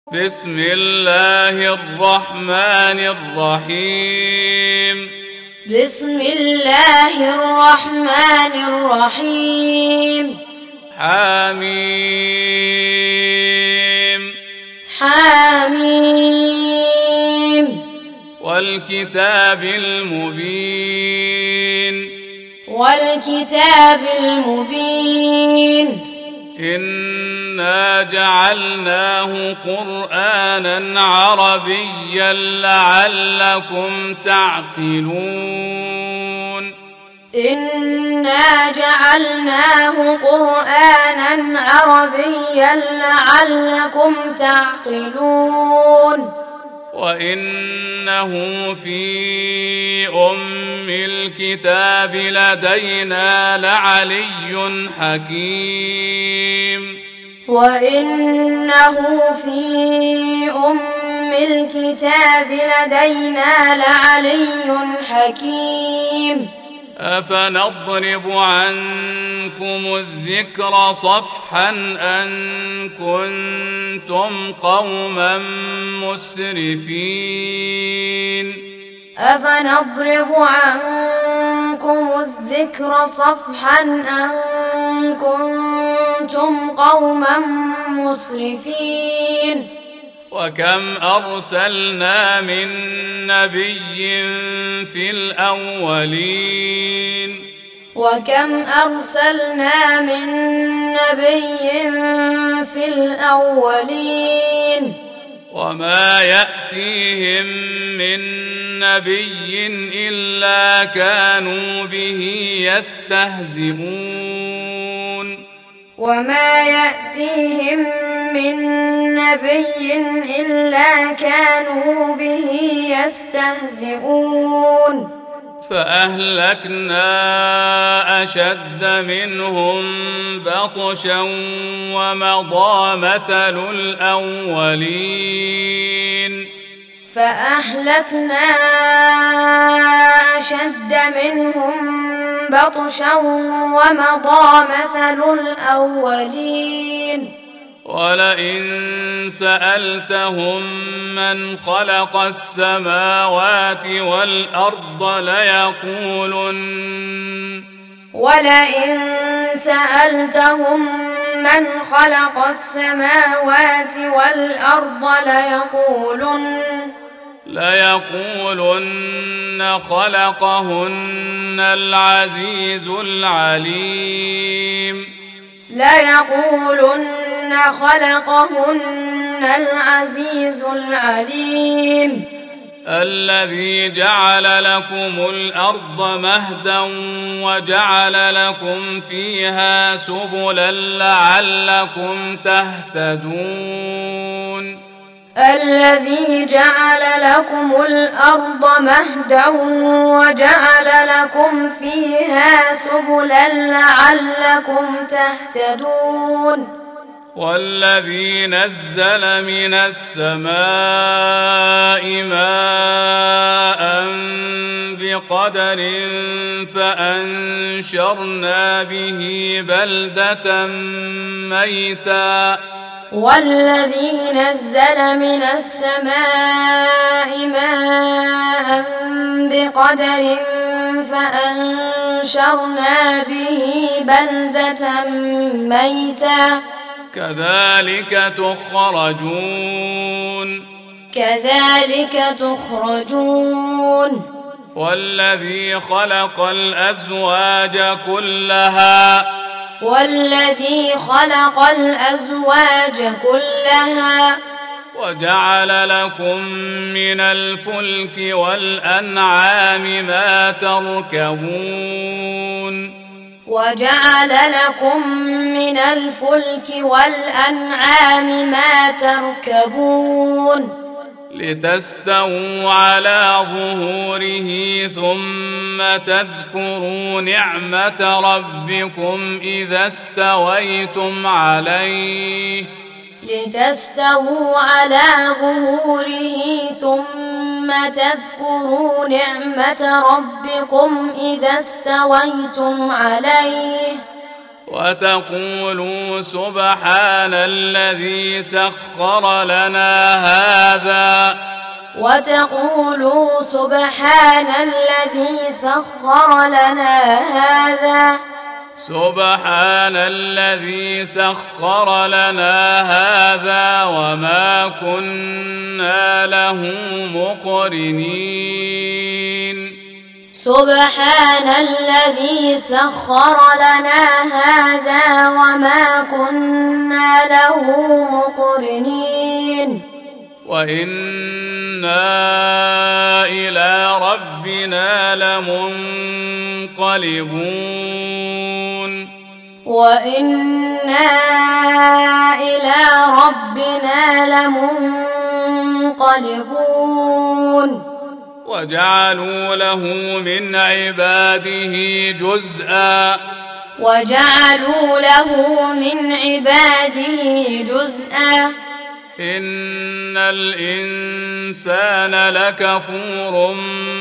بسم الله الرحمن الرحيم. بسم الله الرحمن الرحيم. حميم. حميم. والكتاب المبين. والكتاب المبين. إنا جعلناه قرآنا عربيا لعلكم تعقلون. إنا جعلناه قرآنا عربيا لعلكم تعقلون. وإنه في أم الكتاب لدينا لعلي حكيم. وإنه في أم الكتاب لدينا لعلي حكيم. أفنضرب عنكم الذكر صفحا أن كنتم قوما مسرفين. أفنضرب عنكم الذكر صفحا أن كنتم قوما مسرفين. وكم أرسلنا من نبي في الأولين. وكم أرسلنا من نبي في الأولين. وما يأتيهم من نبي إلا كانوا به يستهزئون. وما يأتيهم من نبي إلا كانوا به يستهزئون. فأهلكنا أشد منهم بطشا ومضى مثل الأولين. فأهلكنا أشد منهم بطشا ومضى مثل الأولين. ولئن سألتهم من خلق السماوات والأرض ليقولن. ولئن سألتهم من خلق السماوات والأرض ليقولن خلقهن العزيز العليم. ليقولن خلقهن العزيز العليم. الذي جعل لكم الأرض مهدا وجعل لكم فيها سبلا لعلكم تهتدون. الذي جعل لكم الأرض مهدا وجعل لكم فيها سبلا لعلكم تهتدون. والذي نزل من السماء ماء بقدر فأنشرنا به بلدة ميتا. والذي نزل من السماء ماء بقدر فأنشرنا به بلدة ميتا. كذلك تخرجون. كذلك تخرجون. والذي خلق الأزواج كلها. والذي خلق الأزواج كلها. وجعل لكم من الفلك والأنعام ما تركبون. وجعل لكم من الفلك والأنعام ما تركبون. لتستووا على ظهوره ثم تذكروا نعمة ربكم إذا استويتم عليه. لتستووا على ظهوره ثم تذكروا نعمة ربكم إذا استويتم عليه. وتقولوا سبحان الذي سخر لنا هذا وتقولوا سبحان الذي سخر لنا هذا سبحان الذي سخر لنا هذا وما كنا له مقرنين سبحان الذي سخر لنا هذا وما كنا له مقرنين وإنا إلى ربنا لمنقلبون وإنا إلى ربنا لمنقلبون وجعلوا له من عباده جزءا وجعلوا له من عباده جزءا إن الإنسان لكفور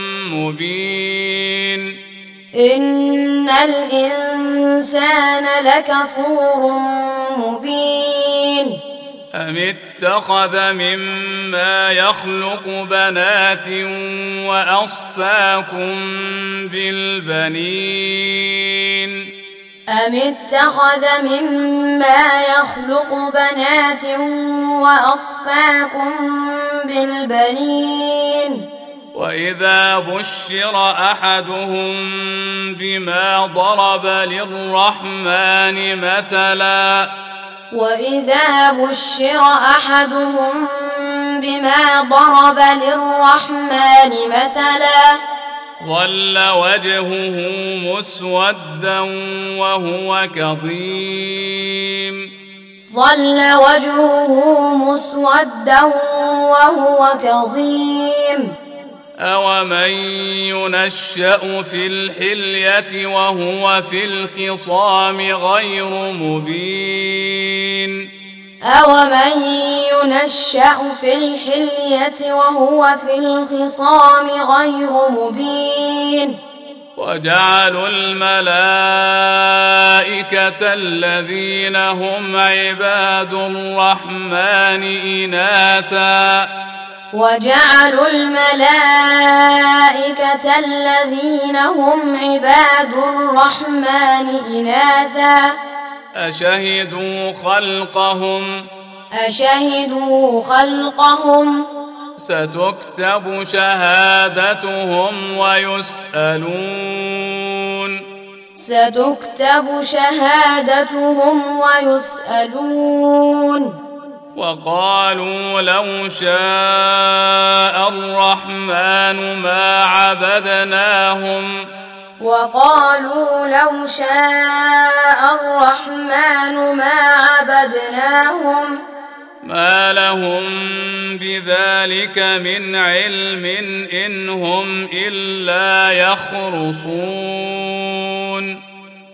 مبين إن الإنسان لكفور مبين أم اتخذ مما يخلق بنات وأصفاكم بالبنين أم اتخذ مما يخلق بنات وأصفاكم بالبنين وإذا بشر أحدهم بما ضرب للرحمن مثلا وإذا بشر أحدهم بما ضرب للرحمن مثلا ظل وجهه مسودا وهو كظيم ظل وجهه مسودا وهو كظيم أومن ينشأ في الحلية وهو في الخصام غير مبين أومن ينشأ في الحلية وهو في الخصام غير مبين وجعلوا الملائكة الذين هم عباد الرحمن إناثا وجعلوا الملائكة الذين هم عباد الرحمن إناثا أشهدوا خلقهم ستكتب شهادتهم ويسألون وقالوا لو شاء الرحمن ما عبدناهم ما لهم بذلك من علم إن هم إلا يخرصون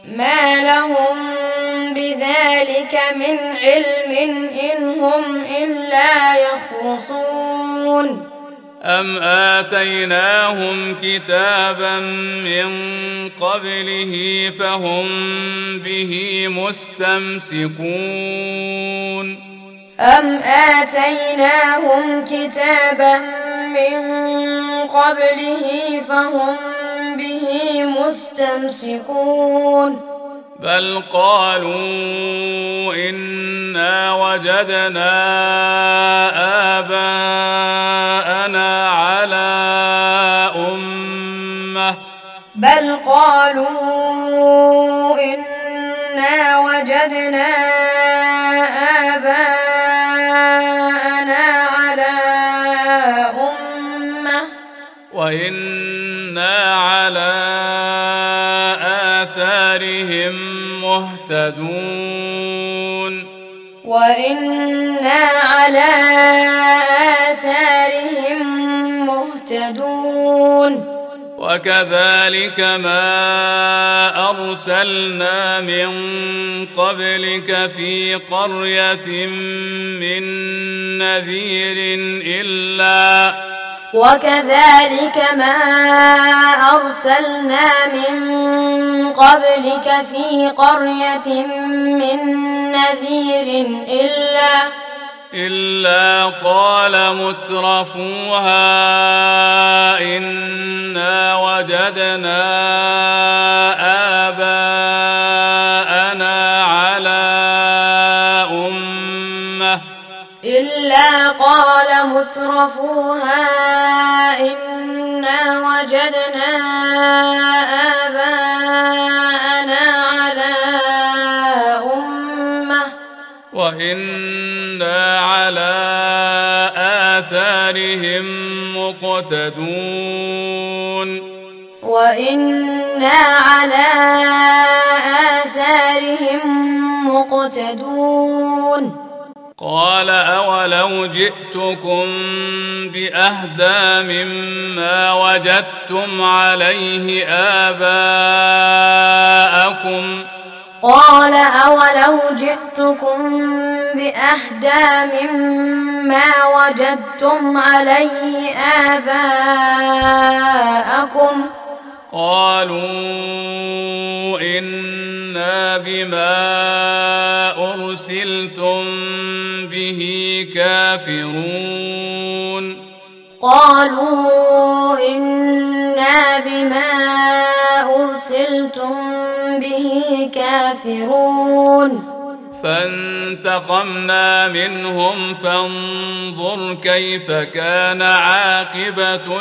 أم آتيناهم كتابا من قبله فهم به مستمسكون بل قالوا إنا وجدنا آباءنا على أمة وإنا على آثارهم مهتدون وكذلك ما أرسلنا من قبلك في قرية من نذير وكذلك ما أرسلنا من قبلك في قرية من نذير إلا قال مترفوها إنا وجدنا آباءنا على أمة إلا قال مترفوها إنا وجدنا آباءنا على أمة وإنا على آثارهم مقتدون وإنا على آثارهم مقتدون قال أولو جئتكم بأهدى مما وجدتم عليه آباءكم قال أولو جئتكم بأهدى مما وجدتم عليه آباءكم قالوا إنا بما أرسلتم به كافرون قالوا إنا بما أرسلتم به كافرون فانتقمنا منهم فانظر كيف كان عاقبة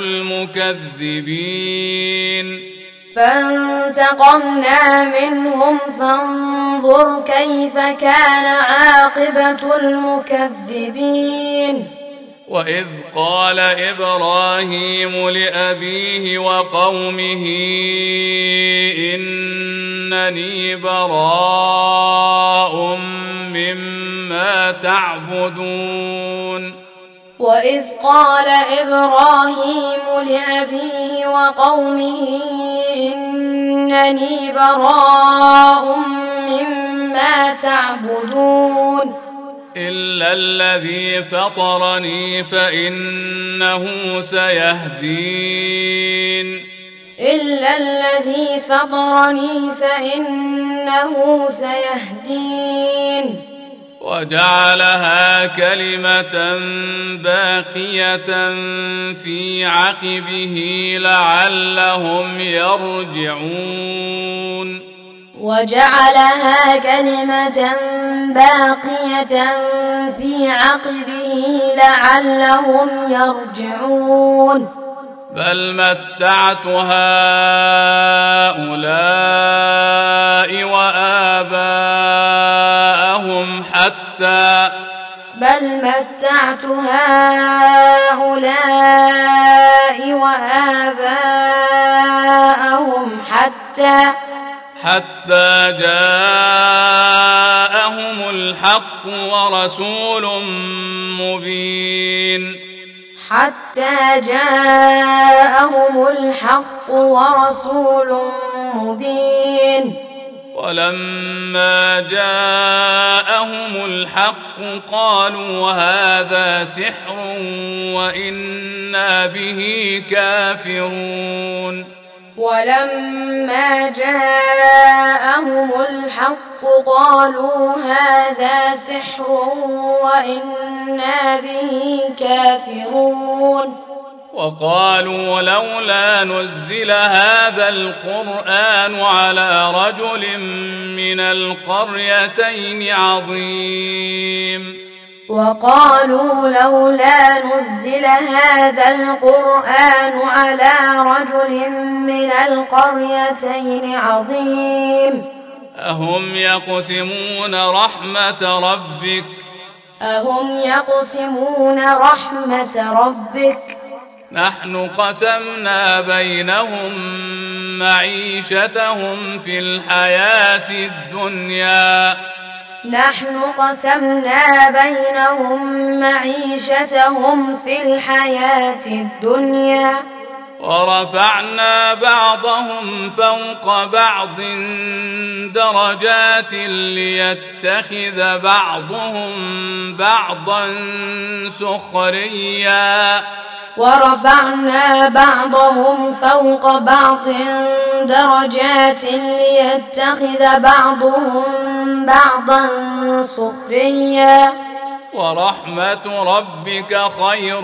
المكذبين فانتقمنا منهم فانظر كيف كان عاقبة المكذبين وإذ قال إبراهيم لأبيه وقومه إنني براء مما تعبدون وإذ قال إبراهيم لأبيه وقومه إنني براء مما تعبدون إلا الذي فطرني فإنه سيهدين إلا الذي فطرني فإنه سيهدين وجعلها كلمة باقية في عقبه لعلهم يرجعون وجعلها كلمة باقية في عقبه لعلهم يرجعون بل متعت هؤلاء وآباءهم حتى جاءهم الحق ورسول مبين ولما جاءهم الحق قالوا هذا سحر وإنا به كافرون ولما جاءهم الحق قالوا هذا سحر وإنا به كافرون وقالوا لولا نزل هذا القرآن على رجل من القريتين عظيم وقالوا لولا نزل هذا القرآن على رجل من القريتين عظيم أهم يقسمون رحمة ربك نحن قسمنا بينهم معيشتهم في الحياة الدنيا ورفعنا بعضهم فوق بعض درجات ليتخذ بعضهم بعضا سخريا ورفعنا بعضهم فوق بعض درجات ليتخذ بعضهم بعضا سخريا ورحمة ربك خير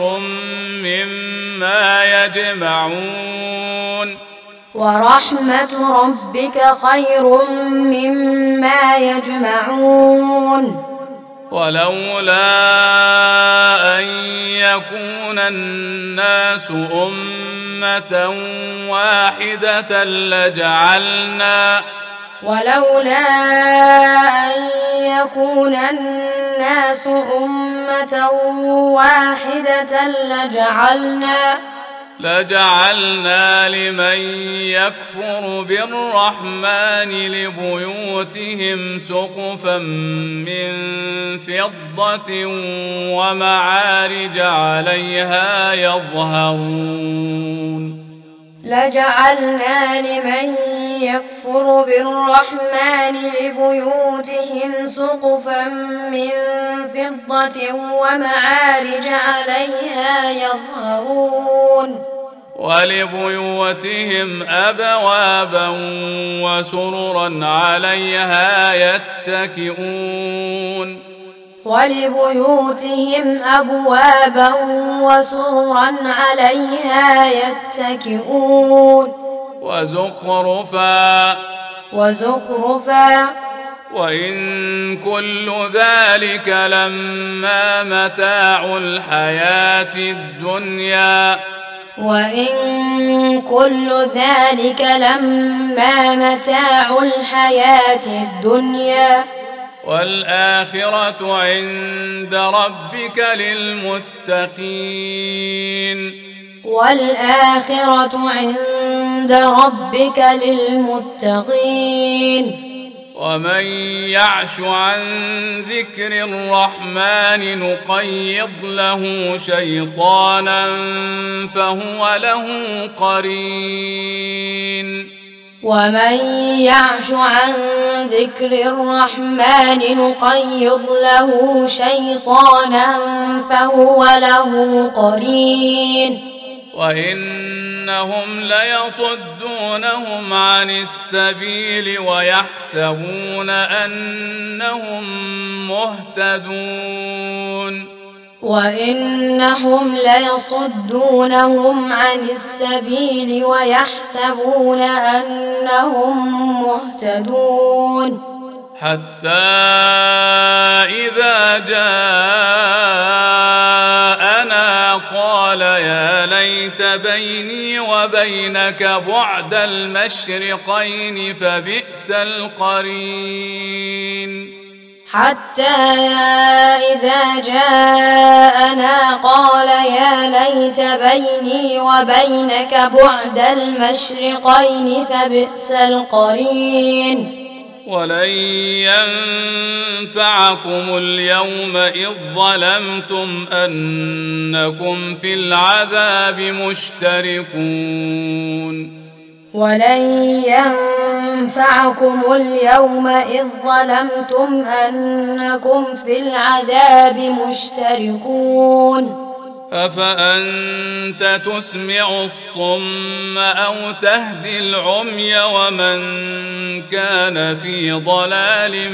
مما يجمعون ورحمة ربك خير مما يجمعون ولولا أن يكون الناس أمة واحدة لجعلنا لمن يكفر بالرحمن لبيوتهم سقفا من فضة ومعارج عليها يظهرون لجعلنا لمن يكفر بالرحمن لبيوتهم سقفا من فضة ومعارج عليها يظهرون ولبيوتهم أبوابا وسررا عليها يتكئون ولبيوتهم أبوابا وسررا عليها يتكئون وزخرفا وإن كل ذلك لما متاع الحياة الدنيا والآخرة عند ربك للمتقين ومن يعش عن ذكر الرحمن نقيض له شيطانا فهو له قرين ومن يعش عن ذكر الرحمن نقيض له شيطانا فهو له قرين وإنهم ليصدونهم عن السبيل ويحسبون أنهم مهتدون وإنهم ليصدونهم عن السبيل ويحسبون أنهم مهتدون حتى إذا جاءنا قال يا ليت بيني وبينك بعد المشرقين فبئس القرين حتى إذا جاءنا قال يا ليت بيني وبينك بعد المشرقين فبئس القرين ولن ينفعكم اليوم إذ ظلمتم أنكم في العذاب مشتركون ولن ينفعكم اليوم إذ ظلمتم أنكم في العذاب مشتركون أفأنت تسمع الصم أو تهدي العمي ومن كان في ضلال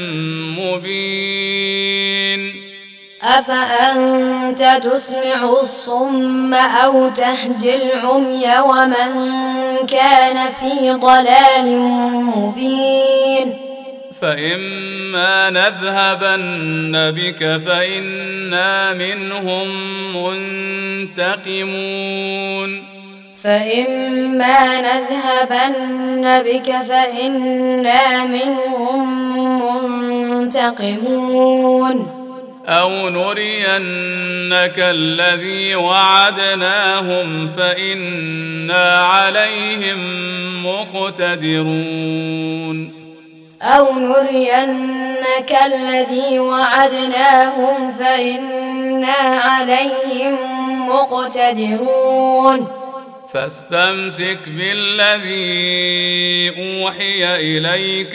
مبين أفأنت تسمع الصم أو تهدي العمي ومن كان في ضلال مبين فإما نذهبن بك فإنا منهم منتقمون أو نرينك الذي وعدناهم فإنا عليهم مقتدرون فاستمسك بالذي أوحي إليك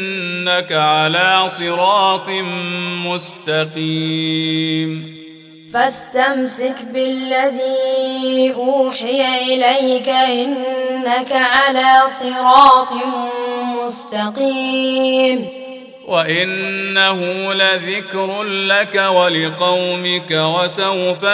إنك على صراط مستقيم فاستمسك بالذي أوحي إليك إنك على صراط مستقيم وإنه لذكر لك ولقومك وسوف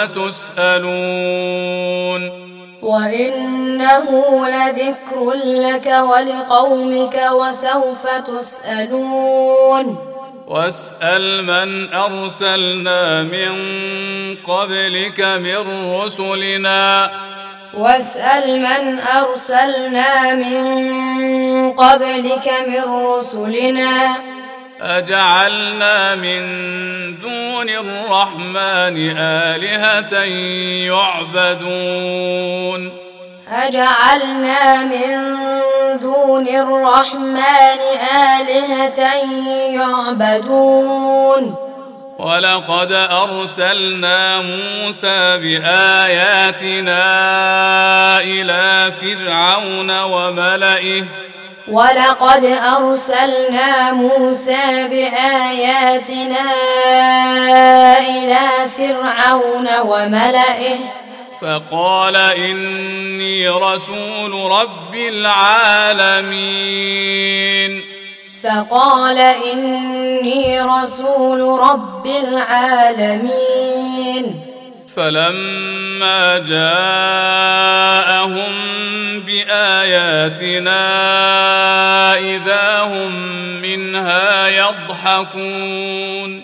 تسألون وإنه لذكر لك ولقومك وسوف تسألون واسأل من أرسلنا من قبلك من رسلنا واسأل من أرسلنا من قبلك من رسلنا أجعلنا من دون الرحمن آلهة يعبدون أجعلنا من دون الرحمن آلهة يعبدون ولقد أرسلنا موسى بآياتنا إلى فرعون وملئه ولقد أرسلنا موسى بآياتنا إلى فرعون وملئه فقال إني رسول رب العالمين فقال إني رسول رب العالمين فلما جاءهم بآياتنا إذا هم منها يضحكون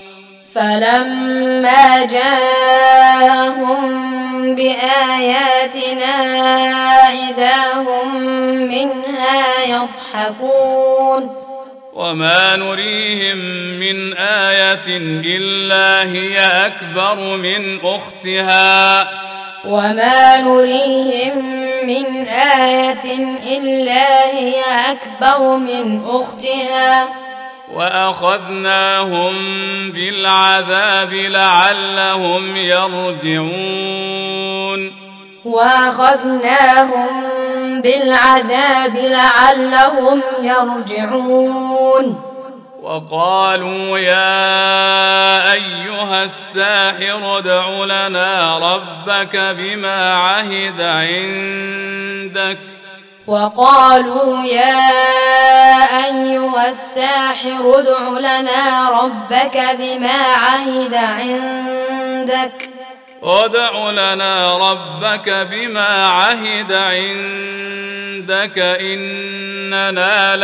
فلما جاءهم بآياتنا إذا هم منها يضحكون وما نريهم من آية إلا هي أكبر من أختها وما نريهم من آية إلا هي أكبر من أختها وأخذناهم بالعذاب لعلهم يرجعون وأخذناهم بالعذاب لعلهم يرجعون وقالوا يا أيها الساحر ادع لنا ربك بما عهد عندك وقالوا يا أيها الساحر ادع لنا ربك بما عهد عندك ادع لنا ربك بما عهد عندك إننا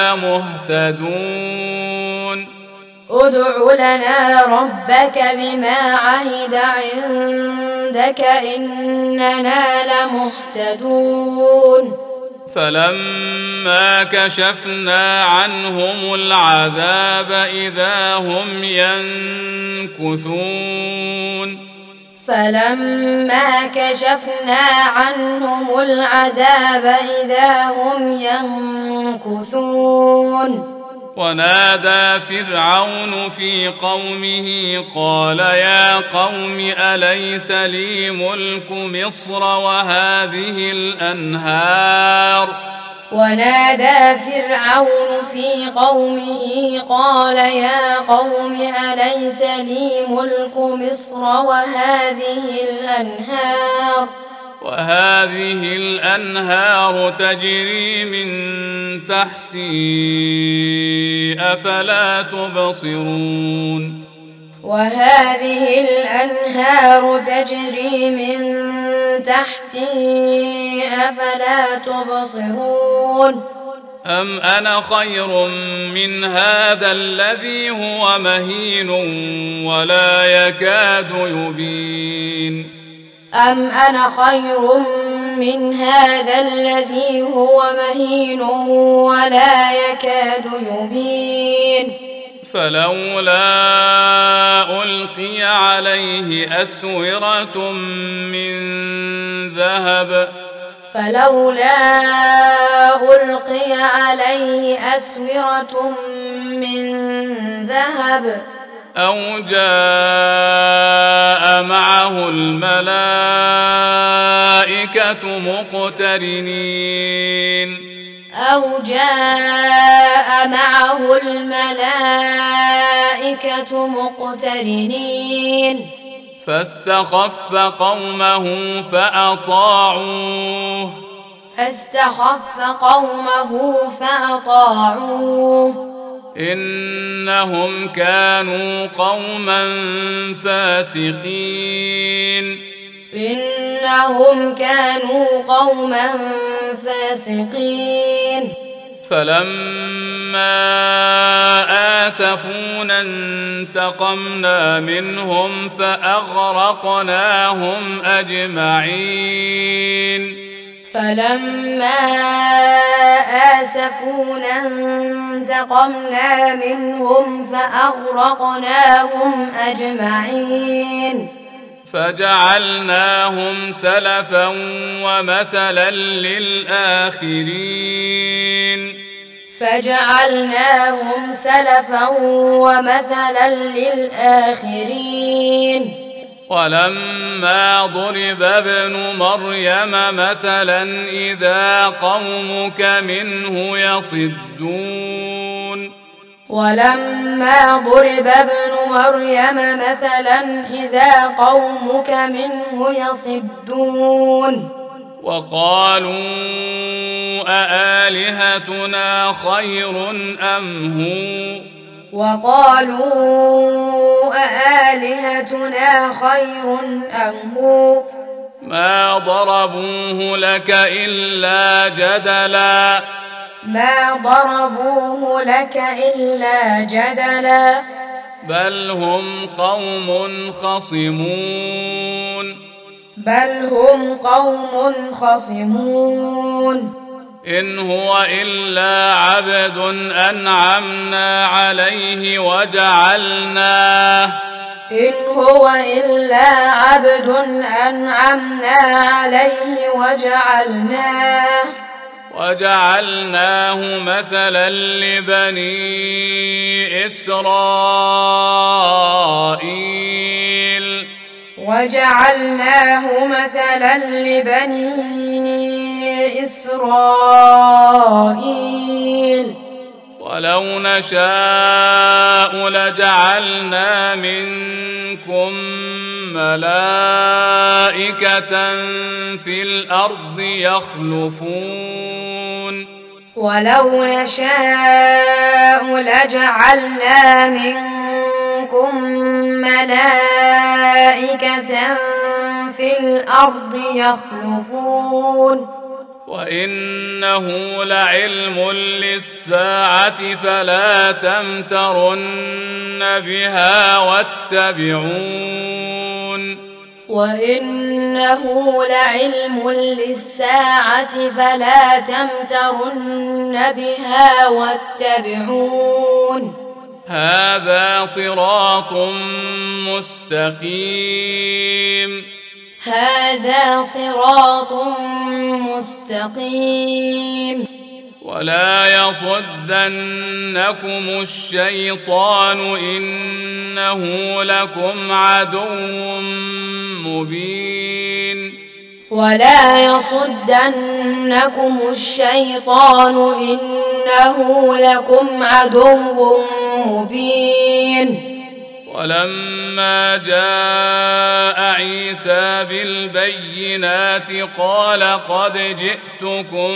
لمهتدون ادع لنا ربك بما عهد عندك إننا لمهتدون فلما كشفنا عنهم العذاب إذا هم ينكثون فلما كشفنا عنهم العذاب إذا هم ينكثون ونادى فرعون في قومه قال يا قوم أليس لي ملك مصر وهذه الأنهار ونادى فرعون في قومه قال يا قوم أليس لي ملك مصر وهذه الأنهار تجري من تحتي أفلا تبصرون وهذه الأنهار تجري من تحتي أفلا تبصرون أم أنا خير من هذا الذي هو مهين ولا يكاد يبين أم أنا خير من هذا الذي هو مهين ولا يكاد يبين فلولا ألقي عليه أسورة من ذهب أو جاء معه الملائكة مقترنين فاستخف قومه فأطاعوه إنهم كانوا قوما فاسقين فلما آسفونا انتقمنا منهم فأغرقناهم أجمعين فجعلناهم سلفا ومثلا للآخرين ولما ضرب ابن مريم مثلا إذا قومك منه يصدون وقالوا أآلهتنا خير أم هو ما ضربوه لك إلا جدلا بل هم قوم خصمون إن هو إلا عبد أنعمنا عليه وجعلناه مثلا لبني إسرائيل ولو نشاء لجعلنا منكم ملائكة في الأرض يخلفون وإنه لعلم للساعة فلا تمترن بها واتبعون هذا صراط مستقيم ولا يصدنكم الشيطان إنه لكم عدو مبين ولما جاء عيسى بالبينات قال قد جئتكم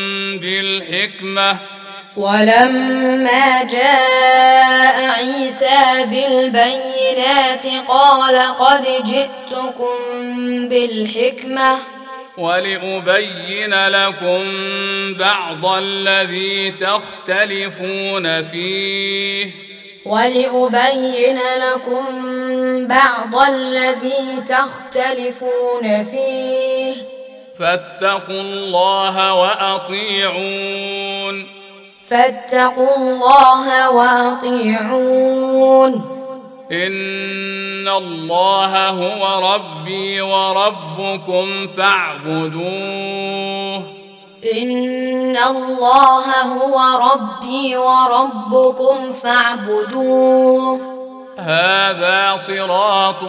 بالحكمة ولأبين لكم بعض الذي تختلفون فيه فاتقوا الله وأطيعون إن الله هو ربي وربكم فاعبدوه هذا صراط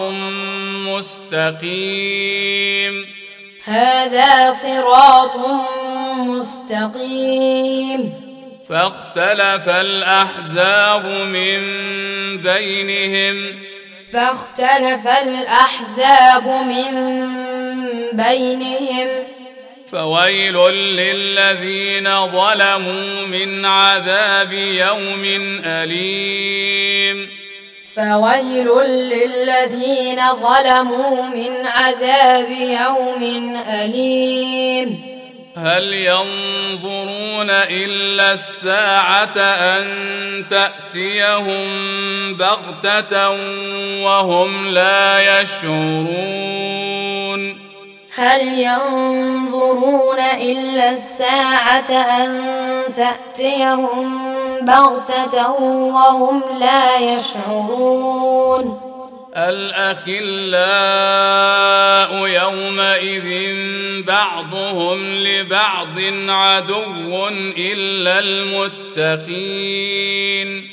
مستقيم فاختلف الأحزاب من بينهم فاختلف الأحزاب من بينهم فويل للذين ظلموا من عذاب يوم أليم فويل للذين ظلموا من عذاب يوم أليم هل ينظرون إلا الساعة أن تأتيهم بغتة وهم لا يشعرون هل ينظرون إلا الساعة أن تأتيهم بغتة وهم لا يشعرون الأخلاء يومئذ بعضهم لبعض عدو إلا المتقين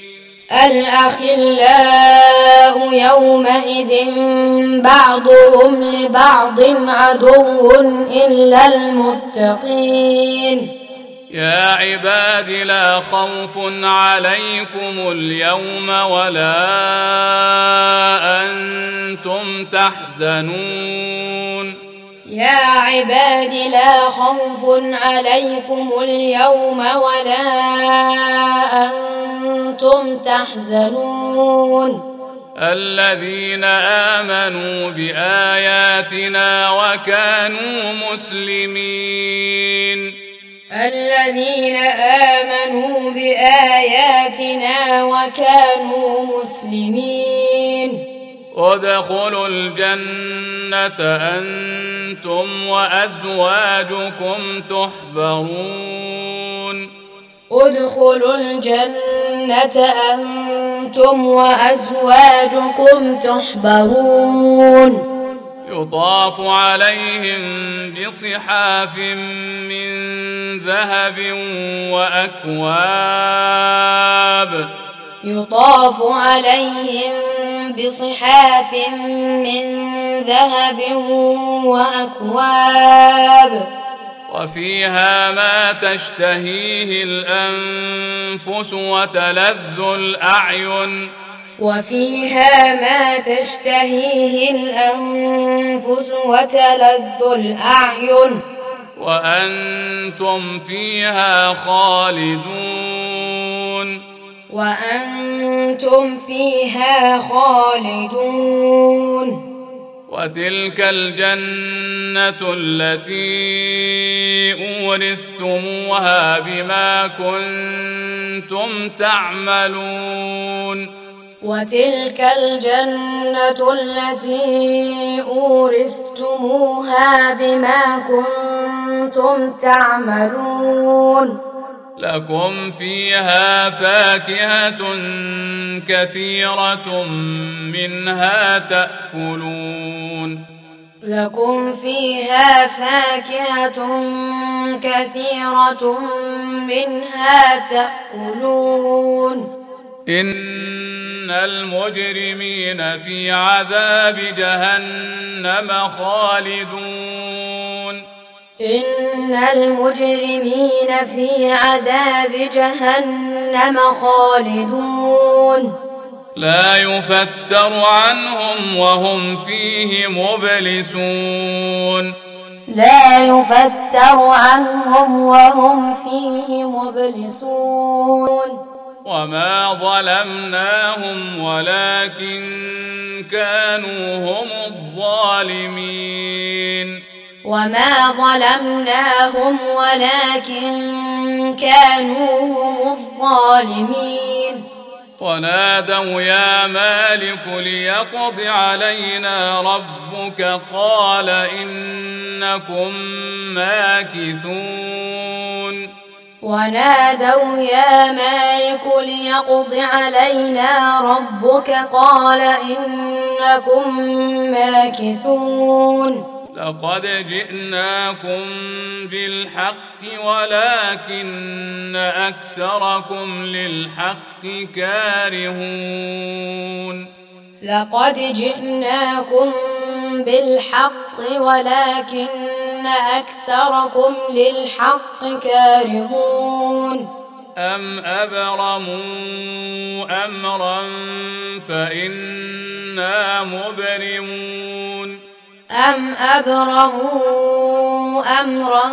الأخلاء يومئذ بعضهم لبعض عدو إلا المتقين يا عباد لا خوف عليكم اليوم ولا أنتم تحزنون يا عباد لا خوف عليكم اليوم ولا أنتم تحزنون الذين آمنوا بآياتنا وكانوا مسلمين الذين آمنوا بآياتنا وكانوا مسلمين ادخلوا الجنة أنتم وأزواجكم تحبرون ادخلوا الجنة أنتم وأزواجكم تحبرون يطاف عليهم بصحاف من ذهب وأكواب يطاف عليهم بصحاف من ذهب وأكواب وفيها ما تشتهيه الأنفس وتلذ الأعين وفيها ما تشتهيه الأنفس وتلذ الأعين وأنتم فيها خالدون وأنتم فيها خالدون وتلك الجنة التي أورثتموها بما كنتم تعملون وتلك الجنة التي أورثتموها بما كنتم تعملون لكم فيها فاكهة كثيرة منها تأكلون لكم فيها فاكهة كثيرة منها تأكلون إن المجرمين في عذاب جهنم خالدون إن المجرمين في عذاب جهنم خالدون لا يفتر عنهم وهم فيه مبلسون لا يفتر عنهم وهم فيه مبلسون وما ظلمناهم ولكن كانوا هم الظالمين وما ظلمناهم ولكن كانوا هم الظالمين ونادوا يا مالك ليقض علينا ربك قال إنكم ماكثون ونادوا يا مالك ليقض علينا ربك قال إنكم ماكثون لقد جئناكم بالحق ولكن أكثركم للحق كارهون لقد جئناكم بالحق ولكن أكثركم للحق كارهون أم أبرموا أمرا فإنا مبرمون أم أبرموا أمرا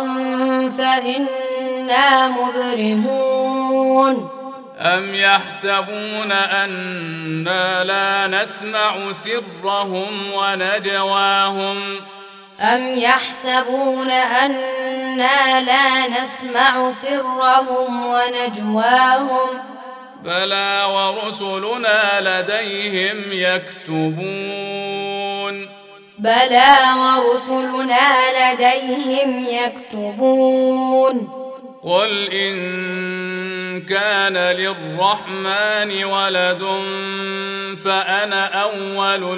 فإنا مبرمون أم يحسبون أنا لا نسمع سرهم ونجواهم أم يحسبون أنا لا نسمع سرهم ونجواهم بلى ورسلنا لديهم يكتبون بلى ورسلنا لديهم يكتبون قل إن كان للرحمن ولد فأنا أول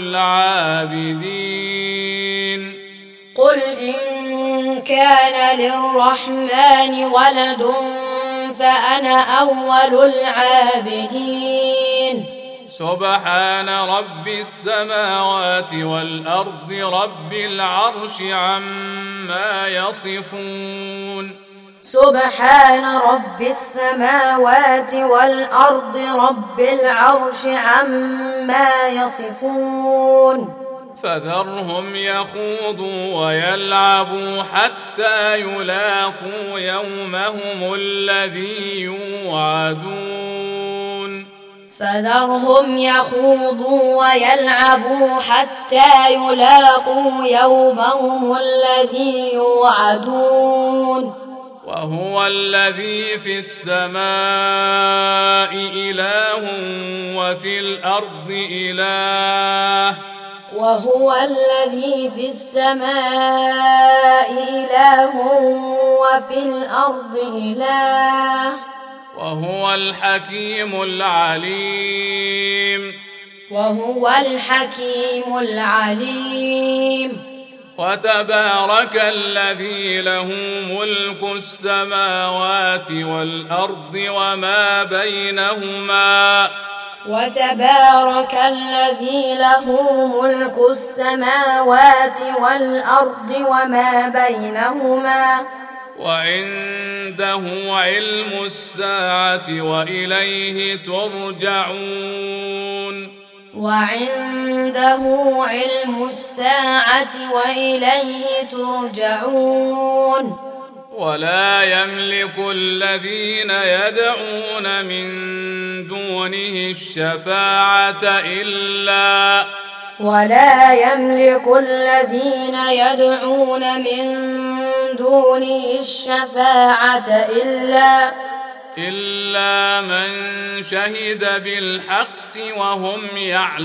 العابدين قل إن كان للرحمن ولد فأنا أول العابدين سبحان رب السماوات والأرض رب العرش عما يصفون سبحان رب السماوات والأرض رب العرش عما يصفون فذرهم يخوضوا ويلعبوا حتى يلاقوا يومهم الذي يوعدون فذرهم يخوضوا ويلعبوا حتى يلاقوا يومهم الذي يوعدون وهو الذي في السماء إله وفي الأرض إله وهو الذي في السماء إله وفي الأرض إله وهو الحكيم العليم وهو الحكيم العليم وتبارك الذي له ملك السماوات والأرض وما بينهما وتبارك الذي له ملك السماوات والأرض وما بينهما وعنده علم الساعة وإليه ترجعون وعنده علم الساعة وإليه ترجعون ولا يملك الذين يدعون من دونه الشفاعة إلا من شهد بالحق وهم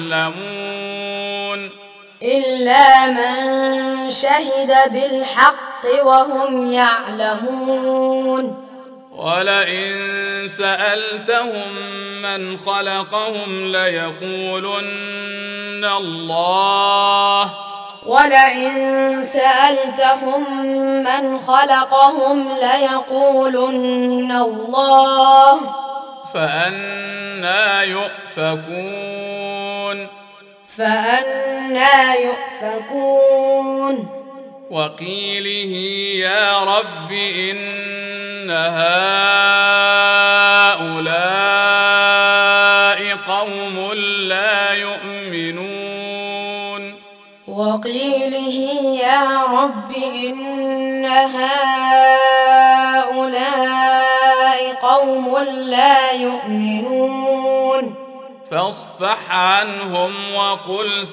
يعلمون ولئن سألتهم من خلقهم ليقولن الله فأنى يؤفكون وقيله يا رب إن هؤلاء قوم لا يؤمنون فاصفح عنهم وقل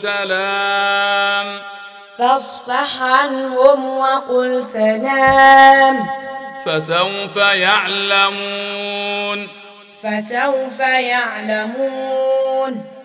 سلام فسوف يعلمون